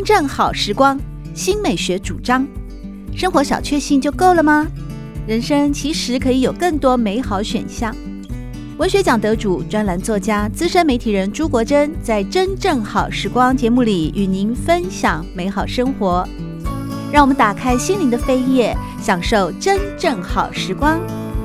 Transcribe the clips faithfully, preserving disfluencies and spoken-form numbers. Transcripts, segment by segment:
正好时光，新美学主张。生活小确幸就够了吗？人生其实可以有更多美好选项。文学奖得主、专栏作家、资深媒体人朱国珍在《真正好时光》节目里与您分享美好生活。让我们打开心灵的扉页，享受真正好时光。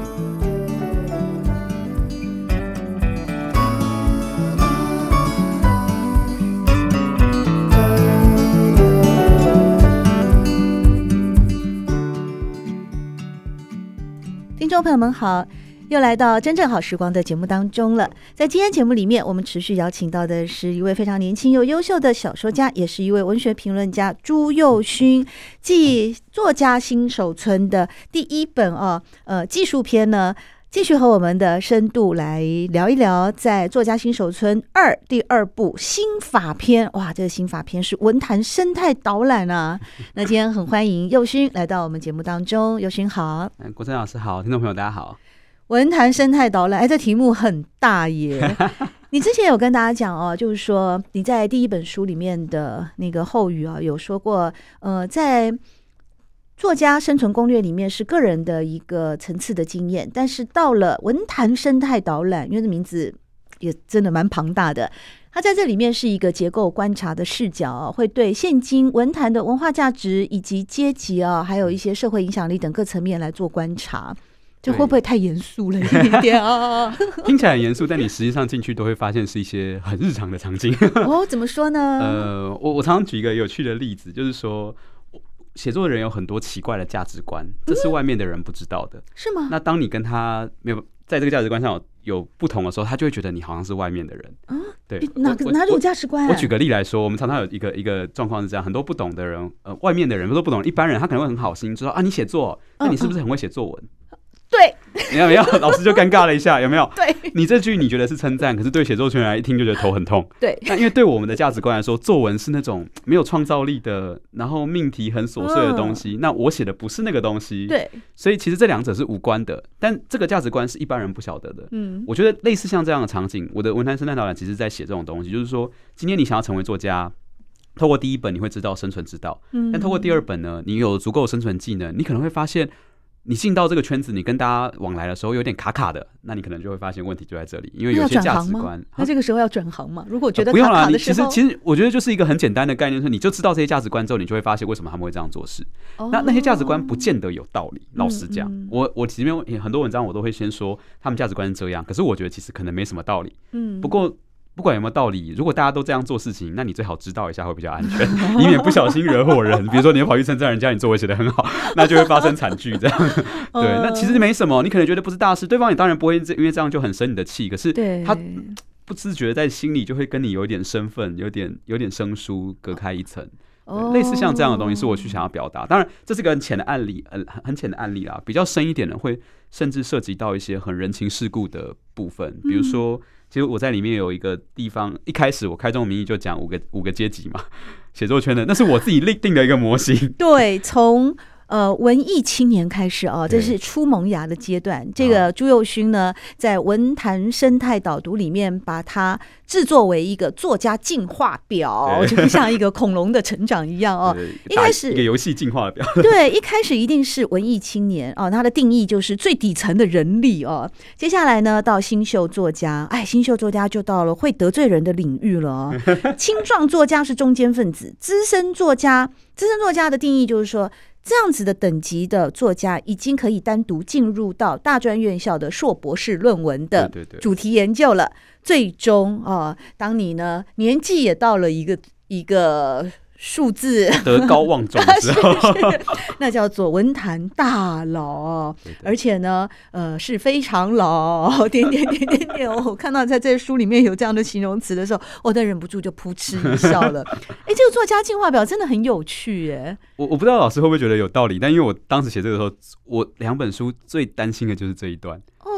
听众朋友们好，又来到真正好时光的节目当中了。在今天节目里面，我们持续邀请到的是一位非常年轻又优秀的小说家，也是一位文学评论家朱宥勋。继作家新手村的第一本哦，呃，技术篇呢，继续和我们的深度来聊一聊，在作家新手村二第二部心法篇。哇，这个心法篇是文坛生态导览啊！那今天很欢迎宥勋来到我们节目当中，宥勋好。 国珍老师好，听众朋友大家好。 文坛生态导览，哎，这题目很大耶！你之前有跟大家讲哦，就是说你在第一本书里面的那个后语啊，有说过，呃，在作家生存攻略里面是个人的一个层次的经验，但是到了文坛生态导览，因为这名字也真的蛮庞大的，它在这里面是一个结构观察的视角啊，会对现今文坛的文化价值以及阶级啊，还有一些社会影响力等各层面来做观察。这会不会太严肃了一点点啊？ 听起来很严肃，但你实际上进去都会发现是一些很日常的场景。 哦，怎么说呢？ 呃，我我常常举一个有趣的例子，就是说，写作的人有很多奇怪的价值观，这是外面的人不知道的，嗯、 是吗？ 那当你跟他没有在这个价值观上有有不同的时候，他就会觉得你好像是外面的人。嗯，对， 哪哪种价值观、啊我？我举个例来说，我们常常有一个一个状况是这样，很多不懂的人，呃，外面的人都不懂，一般人他可能会很好心，就说啊，你写作，那你是不是很会写作文？嗯嗯对， 你有没有？老师就尴尬了一下，有没有？ 对， 你这句你觉得是称赞，可是对写作圈人来一听就觉得头很痛。 对， 那因为对我们的价值观来说，作文是那种没有创造力的，然后命题很琐碎的东西。嗯、那我写的不是那个东西， 对， 所以其实这两者是无关的。但这个价值观是一般人不晓得的。嗯，我觉得类似像这样的场景，我的文坛生态导览其实在写这种东西，就是说，今天你想要成为作家。透过第一本你会知道生存之道，嗯、但透过第二本呢，你有足够的生存技能，你可能会发现。你进到这个圈子，你跟大家往来的时候有点卡卡的，那你可能就会发现问题就在这里，因为有些价值观。 那这个时候要转行吗？如果觉得卡卡的时候， 呃、其实其实我觉得就是一个很简单的概念，是你就知道这些价值观之后，你就会发现为什么他们会这样做事。哦、那那些价值观不见得有道理，老实讲，嗯嗯、我我前面很多文章我都会先说他们价值观是这样，可是我觉得其实可能没什么道理。嗯，不过。不管有没有道理，如果大家都这样做事情，那你最好知道一下会比较安全，以免不小心惹火人。比如说，你跑去称赞人家你作文写得很好，那就会发生惨剧。这样，对，那其实没什么，你可能觉得不是大事，对方也当然不会因为这样就很生你的气。可是他不自觉在心里就会跟你有点身份、有点有点生疏，隔开一层。类似像这样的东西，是我去想要表达。当然，这是个很浅的案例，很很浅的案例啦。比较深一点的，会甚至涉及到一些很人情世故的部分，比如说。嗯其实我在里面有一个地方，一开始我开宗明义就讲五个五个阶级嘛，写作圈的，那是我自己立定的一个模型。 对，从呃文艺青年开始啊，这是初萌芽的阶段。这个朱宥勋呢，在文坛生态导读里面，把它制作为一个作家进化表，就像一个恐龙的成长一样哦。一开始一个游戏进化的表， 对，一开始一定是文艺青年哦，它的定义就是最底层的人力哦。接下来呢，到新秀作家，哎，新秀作家就到了会得罪人的领域了哦。青壮作家是中间分子，资深作家，资深作家的定义就是说。这样子的等级的作家已经可以单独进入到大专院校的硕博士论文的主题研究了。最终啊，当你呢年纪也到了一个一个数字德高望重的时候是是那叫做文坛大佬，对对而且呢呃是非常老点点点点点、哦、我看到在这书里面有这样的形容词的时候，我都忍不住就噗嗤一笑了。哎，这个作家进化表真的很有趣耶。 我我不知道老师会不会觉得有道理，但因为我当时写这个时候，我两本书最担心的就是这一段。哦，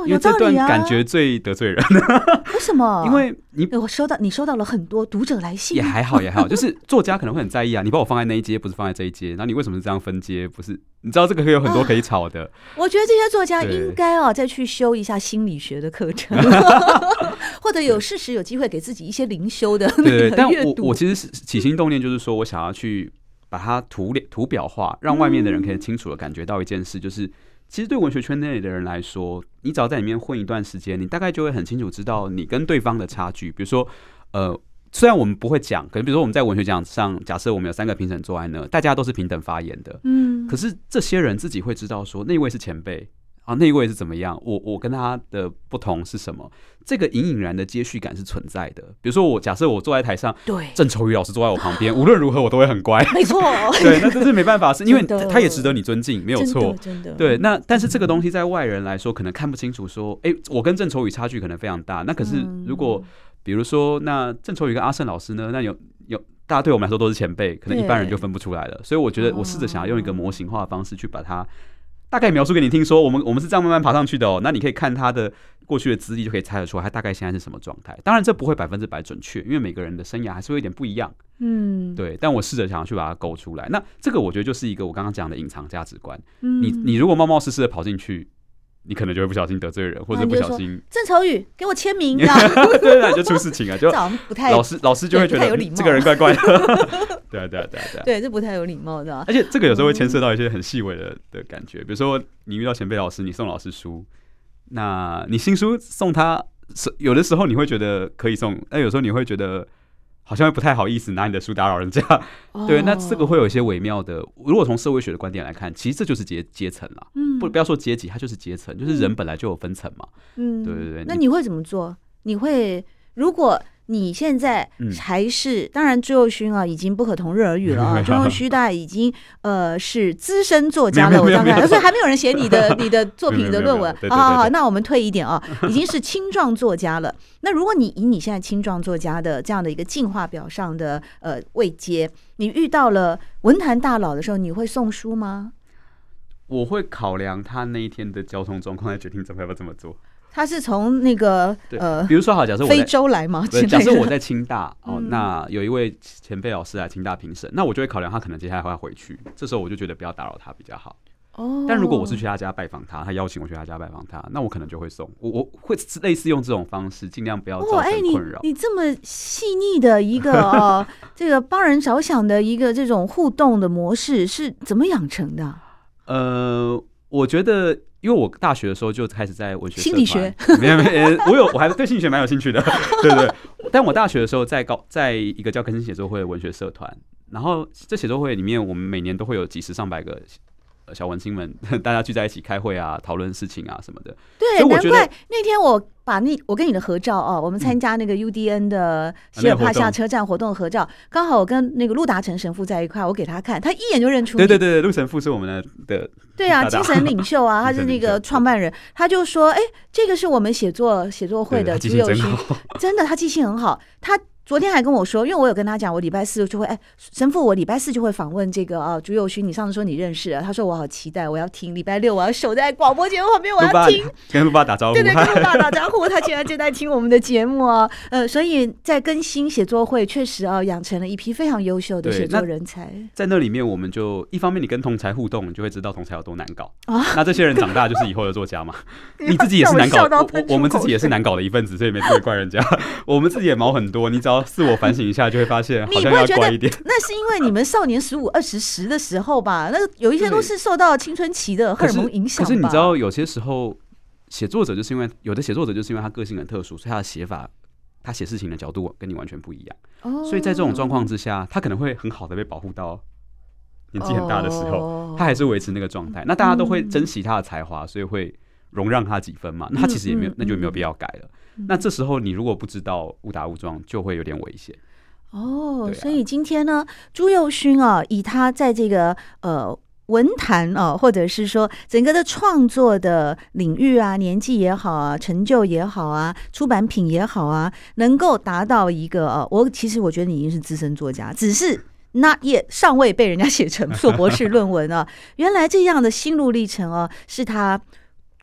哦， 因为这段感觉最得罪人。 为什么？ 因为你我收到你收到了很多读者来信， 也还好也还好，就是作家可能会很在意啊，你把我放在那一阶，不是放在这一阶，然后你为什么是这样分阶？不是，你知道这个可以有很多可以吵的。啊、 我觉得这些作家应该哦再去修一下心理学的课程，或者有适时有机会给自己一些灵修的那个阅读。 但我我其实起心动念就是说我想要去把它图图表化，让外面的人可以清楚的感觉到一件事，就是。其实对文学圈内的人来说，你只要在里面混一段时间，你大概就会很清楚知道你跟对方的差距。比如说，呃，虽然我们不会讲，可能比如说我们在文学奖上，假设我们有三个评审坐在那，大家都是平等发言的，嗯，可是这些人自己会知道说，那一位是前辈啊，那一位是怎么样，我我跟他的不同是什么？这个隐隐然的接续感是存在的。比如说我假设我坐在台上，对，郑愁予老师坐在我旁边，无论如何我都会很乖， 没错， 对，那这是没办法，是因为他也值得你尊敬，没有错，真的，对。那但是这个东西在外人来说，可能看不清楚，说，哎、欸，我跟郑愁予差距可能非常大。那可是如果比如说，那郑愁予跟阿胜老师呢，那有有大家对我们来说都是前辈，可能一般人就分不出来了。所以我觉得我试着想要用一个模型化的方式去把它。大概描述给你听说，我们我们是这样慢慢爬上去的哦。那你可以看他的过去的资历，就可以猜得出来他大概现在是什么状态。当然，这不会百分之百准确，因为每个人的生涯还是会有点不一样。嗯，对。但我试着想要去把它勾出来。那这个我觉得就是一个我刚刚讲的隐藏价值观。嗯，你你如果冒冒失失的跑进去，你可能就会不小心得罪人，或者不小心郑愁予给我签名， 对对，就出事情了，就不太老师老师就会觉得这个人怪怪的。对啊，对啊，对啊，对啊， 对，这不太有礼貌的。 而且这个有时候会牵涉到一些很细微的的感觉，比如说你遇到前辈老师，你送老师书，那你新书送他，有的时候你会觉得可以送，但有时候你会觉得好像会不太好意思拿你的书打扰人家。哦、对，那这个会有一些微妙的。如果从社会学的观点来看，其实这就是阶阶层啦。嗯，不不要说阶级，它就是阶层，就是人本来就有分层嘛。嗯，对对对。 那你会怎么做？你会如果。你现在还是、嗯、当然朱宥勋啊已经不可同日而语了啊，朱宥勋大概已经呃是资深作家了，我大概所以还没有人写你的你的作品的论文。好好好，那我们退一点啊，已经是青壮作家了。那如果你以你现在青壮作家的这样的一个进化表上的呃位阶，你遇到了文坛大佬的时候，你会送书吗？ 我会考量他那一天的交通状况来决定怎么要不要这么做。 他是从那个呃， 比如说好，假设我非洲来吗？ 假设我在清大哦，嗯、那有一位前辈老师来清大评审，那我就会考量他可能接下来会要回去，这时候我就觉得不要打扰他比较好。哦，但如果我是去他家拜访他，他邀请我去他家拜访他，那我可能就会送，我我会类似用这种方式，尽量不要造成困扰。 哦，哎，你你这么细腻的一个哦，这个帮人着想的一个这种互动的模式是怎么养成的？ 呃，我觉得。因为我大学的时候就开始在文学社团， 心理学没有没有，我有我还对心理学蛮有兴趣的，对对对。但我大学的时候在高在一个叫更新写作会的文学社团，然后这写作会里面，我们每年都会有几十上百个小文青们，大家聚在一起开会啊，讨论事情啊什么的。 对，难怪那天我把那我跟你的合照哦，我们参加那个 U D N 的希尔帕夏车站活动的合照，刚好我跟那个陆达成神父在一块，我给他看，他一眼就认出你。 对对对，陆神父是我们的的。 对啊，精神领袖啊，他是那个创办人，他就说：“哎，这个是我们写作写作会的朱宥勋，真的，他记性很好。他昨天还跟我说，因为我有跟他讲，我礼拜四就会，哎，神父，我礼拜四就会访问这个啊朱宥勋。你上次说你认识了，他说我好期待，我要听。礼拜六我要守在广播节目旁边，我要听， 跟陆爸打招呼， 对对，跟陆爸打招呼。他现在正在听我们的节目啊，呃，所以在更新写作会确实啊，养成了一批非常优秀的写作人才。 在那里面，我们就一方面你跟同才互动，你就会知道同才有多难搞啊。那这些人长大就是以后的作家嘛，你自己也是难搞，我我们自己也是难搞的一份子，所以没特别怪人家。我们自己也毛很多，你只要自我反省一下，就会发现好像要乖一点。 那是因为你们少年十五、二十时的时候吧，那有一些都是受到青春期的荷尔蒙影响吧。 可是你知道，有些时候写作者就是因为有的写作者就是因为他个性很特殊，所以他的写法、他写事情的角度跟你完全不一样。哦、所以在这种状况之下，他可能会很好的被保护到年纪很大的时候，哦、他还是维持那个状态。那大家都会珍惜他的才华，所以会容让他几分嘛。那他其实也没有，那就没有必要改了。那这时候你如果不知道误打误撞，就会有点危险。 哦，啊、所以今天呢，朱宥勋啊，以他在这个呃文坛啊，或者是说整个的创作的领域啊，年纪也好啊，成就也好啊，出版品也好啊，能够达到一个啊，我其实我觉得你已经是资深作家，只是 not yet 尚未被人家写成硕博士论文啊。原来这样的心路历程啊，是他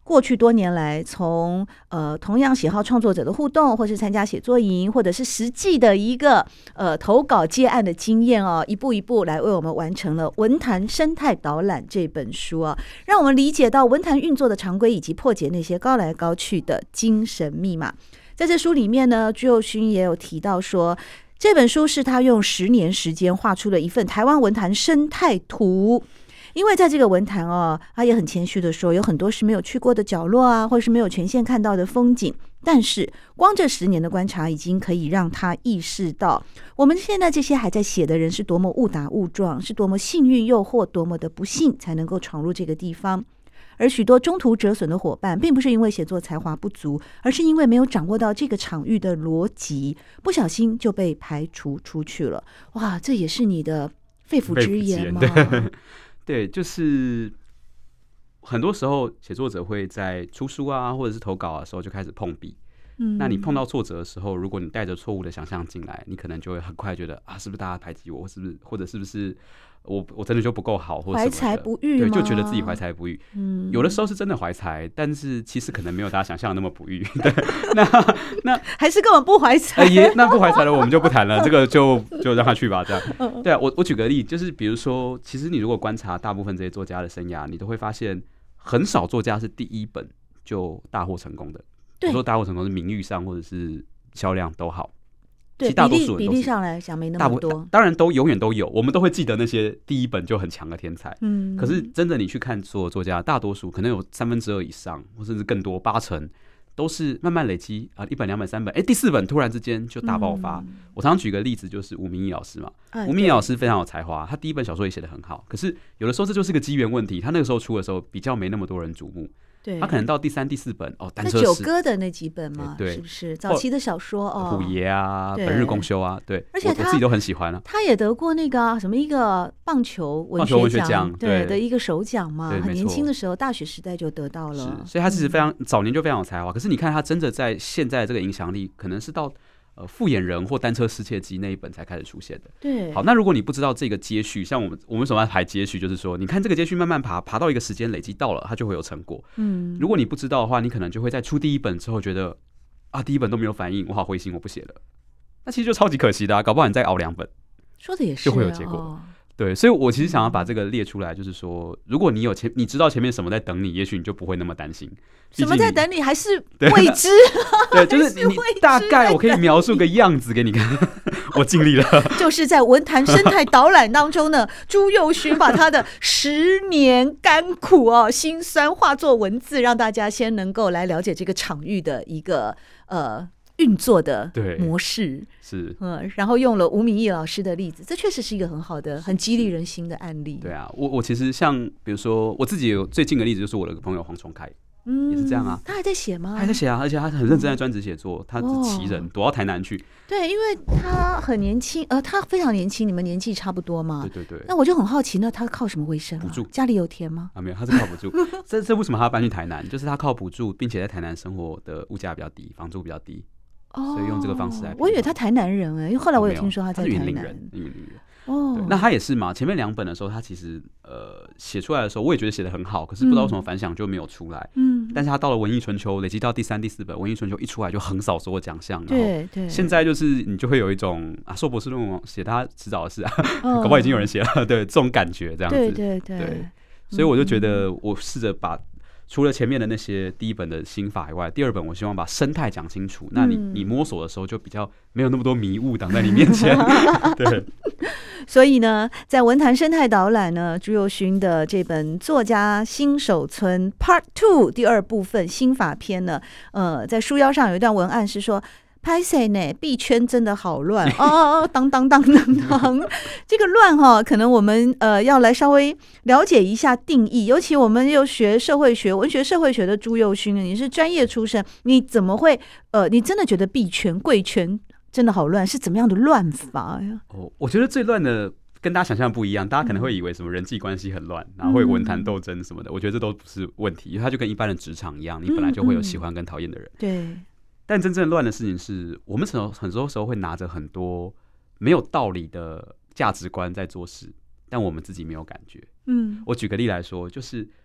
过去多年来，从呃同样喜好创作者的互动，或是参加写作营，或者是实际的一个呃投稿接案的经验哦，一步一步来为我们完成了《文坛生态导览》这本书啊，让我们理解到文坛运作的常规，以及破解那些高来高去的精神密码。在这书里面呢，朱宥勋也有提到说，这本书是他用十年时间画出了一份台湾文坛生态图。因为在这个文坛哦，他也很谦虚的说，有很多是没有去过的角落啊，或是没有全线看到的风景。但是光这十年的观察，已经可以让他意识到，我们现在这些还在写的人是多么误打误撞，是多么幸运又或多么的不幸，才能够闯入这个地方。而许多中途折损的伙伴，并不是因为写作才华不足，而是因为没有掌握到这个场域的逻辑，不小心就被排除出去了。哇，这也是你的肺腑之言吗？ 对，就是很多时候写作者会在出书啊，或者是投稿的时候就开始碰壁。嗯，那你碰到挫折的时候，如果你带着错误的想象进来，你可能就会很快觉得啊，是不是大家排挤我，是不是，或者是不是我我真的就不够好，或者怀才不遇吗？ 对，就觉得自己怀才不遇。嗯，有的时候是真的怀才，但是其实可能没有大家想象的那么不遇。对，那那还是根本不怀才。 哎、欸，那不怀才了，我们就不谈了，这个就就让他去吧。这样，对啊，我我举个例，就是比如说，其实你如果观察大部分这些作家的生涯，你都会发现，很少作家是第一本就大获成功的。我说大获成功是名誉上或者是销量都好。 对， 其实大多数人都比例上来讲没那么多， 当然都永远都有，我们都会记得那些第一本就很强的天才。嗯，可是真的你去看所有作家，大多数可能有三分之二以上，或甚至更多，八成都是慢慢累积啊，一本、两本、三本，哎，第四本突然之间就大爆发。嗯、我常常举个例子，就是吴明益老师嘛，哎、吴明益老师非常有才华，他第一本小说也写得很好，可是有的时候这就是个机缘问题，他那个时候出的时候比较没那么多人瞩目。对，他可能到第三、第四本哦，单车九歌的那几本嘛，是不是早期的小说哦？ 虎爷啊，本日公休啊，对， 而且他我自己都很喜欢啊。 他也得过那个、啊、什么一个棒球文学奖，对的一个首奖嘛，很年轻的时候，大学时代就得到了。 所以他其实非常、嗯、早年就非常有才华。可是你看他真的在现在这个影响力，可能是到。呃，复眼人或单车失窃记那一本才开始出现的。 对， 好，那如果你不知道这个接续，像我们我们为什么要排接续，就是说，你看这个接续慢慢爬，爬到一个时间累积到了，它就会有成果。嗯，如果你不知道的话，你可能就会在出第一本之后觉得啊，第一本都没有反应，我好灰心，我不写了。那其实就超级可惜的啊，搞不好你再熬两本， 说的也是， 就会有结果。哦对，所以我其实想要把这个列出来，就是说，如果你有前，你知道前面什么在等你，也许你就不会那么担心。 什么在等你，还是未知？ 对，就是你大概我可以描述个样子给你看，我尽力了。 就是在文坛生态导览当中呢，朱宥勋把他的十年甘苦哦、辛酸化作文字，让大家先能够来了解这个场域的一个呃。运作的模式是， 嗯，然后用了吴明益老师的例子，这确实是一个很好的、很激励人心的案例。 对啊，我我其实像比如说我自己有最近的例子，就是我的朋友黄崇凯，嗯，也是这样啊。 他还在写吗？ 他还在写啊，而且他很认真在专职写作，他是奇人，哦、躲到台南去。 对，因为他很年轻，呃，他非常年轻，你们年纪差不多嘛。 对对对。 那我就很好奇，那他靠什么为生、啊？ 补助？ 家里有田吗？ 啊，没有，他是靠补助。这这为什么他要搬去台南？就是他靠补助，并且在台南生活的物价比较低，房租比较低。哦、所以用这个方式来， 我以为他台南人哎、欸，因为后来我有听说他在台南。 云林人，云林人。哦，那他也是嘛。前面两本的时候，他其实呃写出来的时候，我也觉得写得很好，可是不知道为什么反响就没有出来。嗯。但是他到了《文艺春秋》，累积到第三、第四本，《文艺春秋》一出来就横扫所有奖项。 对对。 现在就是你就会有一种啊，硕博士论文写他迟早的事啊，哦、搞不好已经有人写了，对这种感觉这样子。 对对 对, 对。所以我就觉得，我试着把。除了前面的那些第一本的心法以外，第二本我希望把生态讲清楚。那你你摸索的时候就比较没有那么多迷雾挡在你面前。对， 所以呢，在文坛生态导览呢，朱宥勋的这本作家新手村 Part Two 第二部分心法篇呢，呃，在书腰上有一段文案是说。拍谁呢？币圈真的好乱哦哦哦！当当当当当，这个乱哈，可能我们呃要来稍微了解一下定义。尤其我们又学社会学、文学社会学的朱宥勋，你是专业出身，你怎么会呃？你真的觉得币圈、贵圈真的好乱？是怎么样的乱法呀？ 哦，我觉得最乱的跟大家想象不一样，大家可能会以为什么人际关系很乱，然后会有文坛斗争什么的。我觉得这都不是问题，因为它就跟一般的职场一样，你本来就会有喜欢跟讨厌的人。 对。 但真正乱的事情是，我们很多时候会拿着很多没有道理的价值观在做事，但我们自己没有感觉。嗯，我举个例来说，就是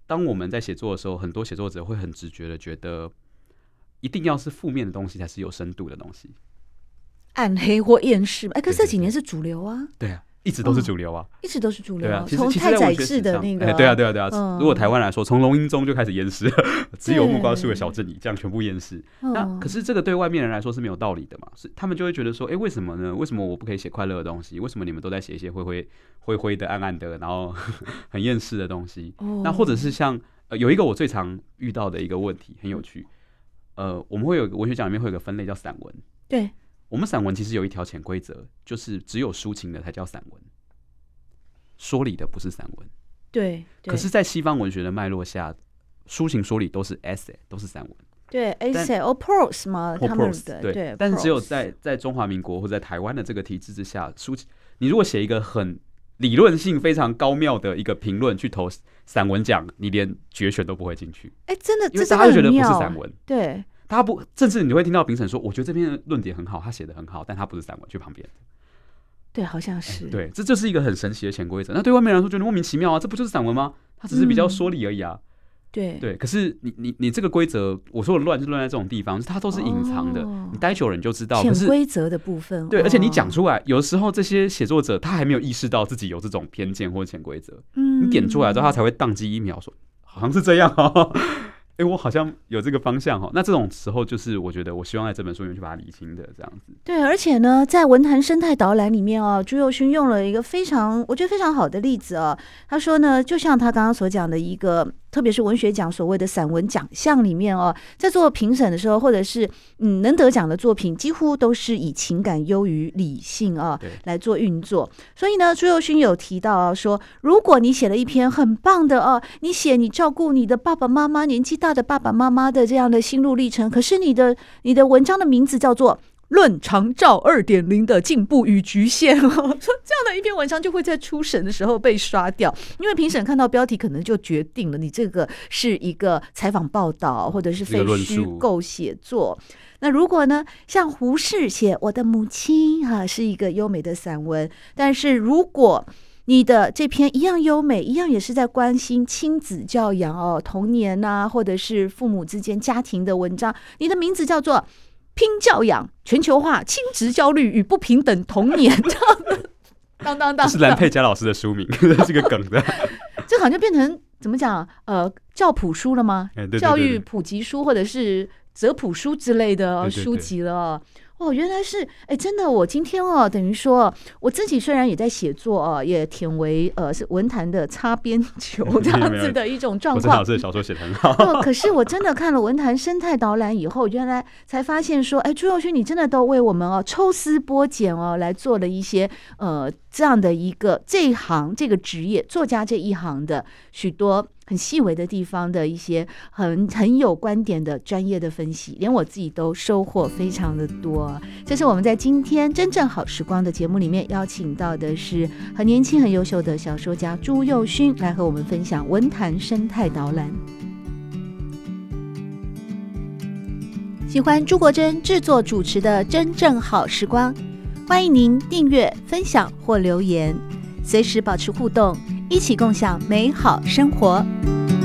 当我们在写作的时候，很多写作者会很直觉的觉得，一定要是负面的东西才是有深度的东西， 暗黑或厌世。哎，可是这几年是主流啊。 对啊。一直都是主流啊， 哦、一直都是主流啊。 从太宰治的那个， 哎、对啊，对啊，对啊。嗯、如果台湾来说，从龙瑛宗就开始厌世，只有木瓜树的小镇里，这样全部厌世。那可是这个对外面人来说是没有道理的嘛？是他们就会觉得说，哎、欸，为什么呢？为什么我不可以写快乐的东西？为什么你们都在写一些灰灰灰灰的、暗暗的，然后很厌世的东西？哦、那或者是像、呃、有一个我最常遇到的一个问题，很有趣。呃，我们会有一个文学奖里面会有一个分类叫散文。 对， 我们散文其实有一条潜规则，就是只有抒情的才叫散文。说理的不是散文， 对。 可是，在西方文学的脉络下，抒情说理都是 essay， 都是散文。 对 ，essay or prose 嘛，他们的对。对但是只有在在中华民国或者在台湾的这个体制之下，抒情，你如果写一个很理论性非常高妙的一个评论去投散文奖，你连决选都不会进去。 哎，真的， 因为大家就觉得不是散文。 对， 大家不，甚至你会听到评审说：“我觉得这篇论点很好，他写的很好，但他不是散文。”去旁边。 对，好像是、欸。 对，这就是一个很神奇的潜规则。那对外面人说觉得莫名其妙啊，这不就是散文吗？它只是比较说理而已啊。嗯、 对对，可是你你你这个规则，我说的乱是乱在这种地方，它都是隐藏的，哦、你待久了你就知道。 潜规则的部分。 对， 哦、 而且你讲出来，有的时候这些写作者他还没有意识到自己有这种偏见或潜规则。嗯。你点出来之后，他才会宕机一秒说，好像是这样哦。哎、欸，我好像有这个方向哦。那这种时候，就是我觉得我希望在这本书里面去把它理清的这样子。 对，而且呢，在文坛生态导览里面哦，朱宥勋用了一个非常我觉得非常好的例子哦。他说呢，就像他刚刚所讲的一个，特别是文学奖所谓的散文奖项里面哦，在做评审的时候，或者是嗯能得奖的作品，几乎都是以情感优于理性啊来做运作。所以呢，朱宥勋有提到啊，说如果你写了一篇很棒的哦，你写你照顾你的爸爸妈妈年纪大的爸爸妈妈的这样的心路历程，可是你的你的文章的名字叫做论长照 二点零 的进步与局限哦，说这样的一篇文章就会在初审的时候被刷掉，因为评审看到标题可能就决定了你这个是一个采访报道或者是非虚构写作。那如果呢，像胡适写《我的母亲》啊，是一个优美的散文，但是如果你的这篇一样优美，一样也是在关心亲子教养哦、童年啊，或者是父母之间家庭的文章，你的名字叫做拼教养、全球化、亲职焦虑与不平等童年，当当当， 这是蓝佩佳老师的书名，这是个梗的。 这好像就变成怎么讲？呃，教普书了吗？ 欸、对对对对， 教育普及书或者是泽普书之类的书籍了。对对对，哦，原来是哎，真的，我今天哦，等于说我自己虽然也在写作哦，也填为呃是文坛的擦边球这样子的一种状况。 我郑老师的小说写得很好。 哦，可是我真的看了文坛生态导览以后，原来才发现说，哎，朱宥勋，你真的都为我们哦抽丝剥茧哦，来做了一些呃这样的一个这一行这个职业作家这一行的许多很细微的地方的一些很很有观点的专业的分析，连我自己都收获非常的多。这是我们在今天真正好时光的节目里面邀请到的是很年轻很优秀的小说家朱宥勋，来和我们分享文坛生态导览。喜欢朱国珍制作主持的真正好时光，欢迎您订阅分享或留言，随时保持互动，一起共享美好生活。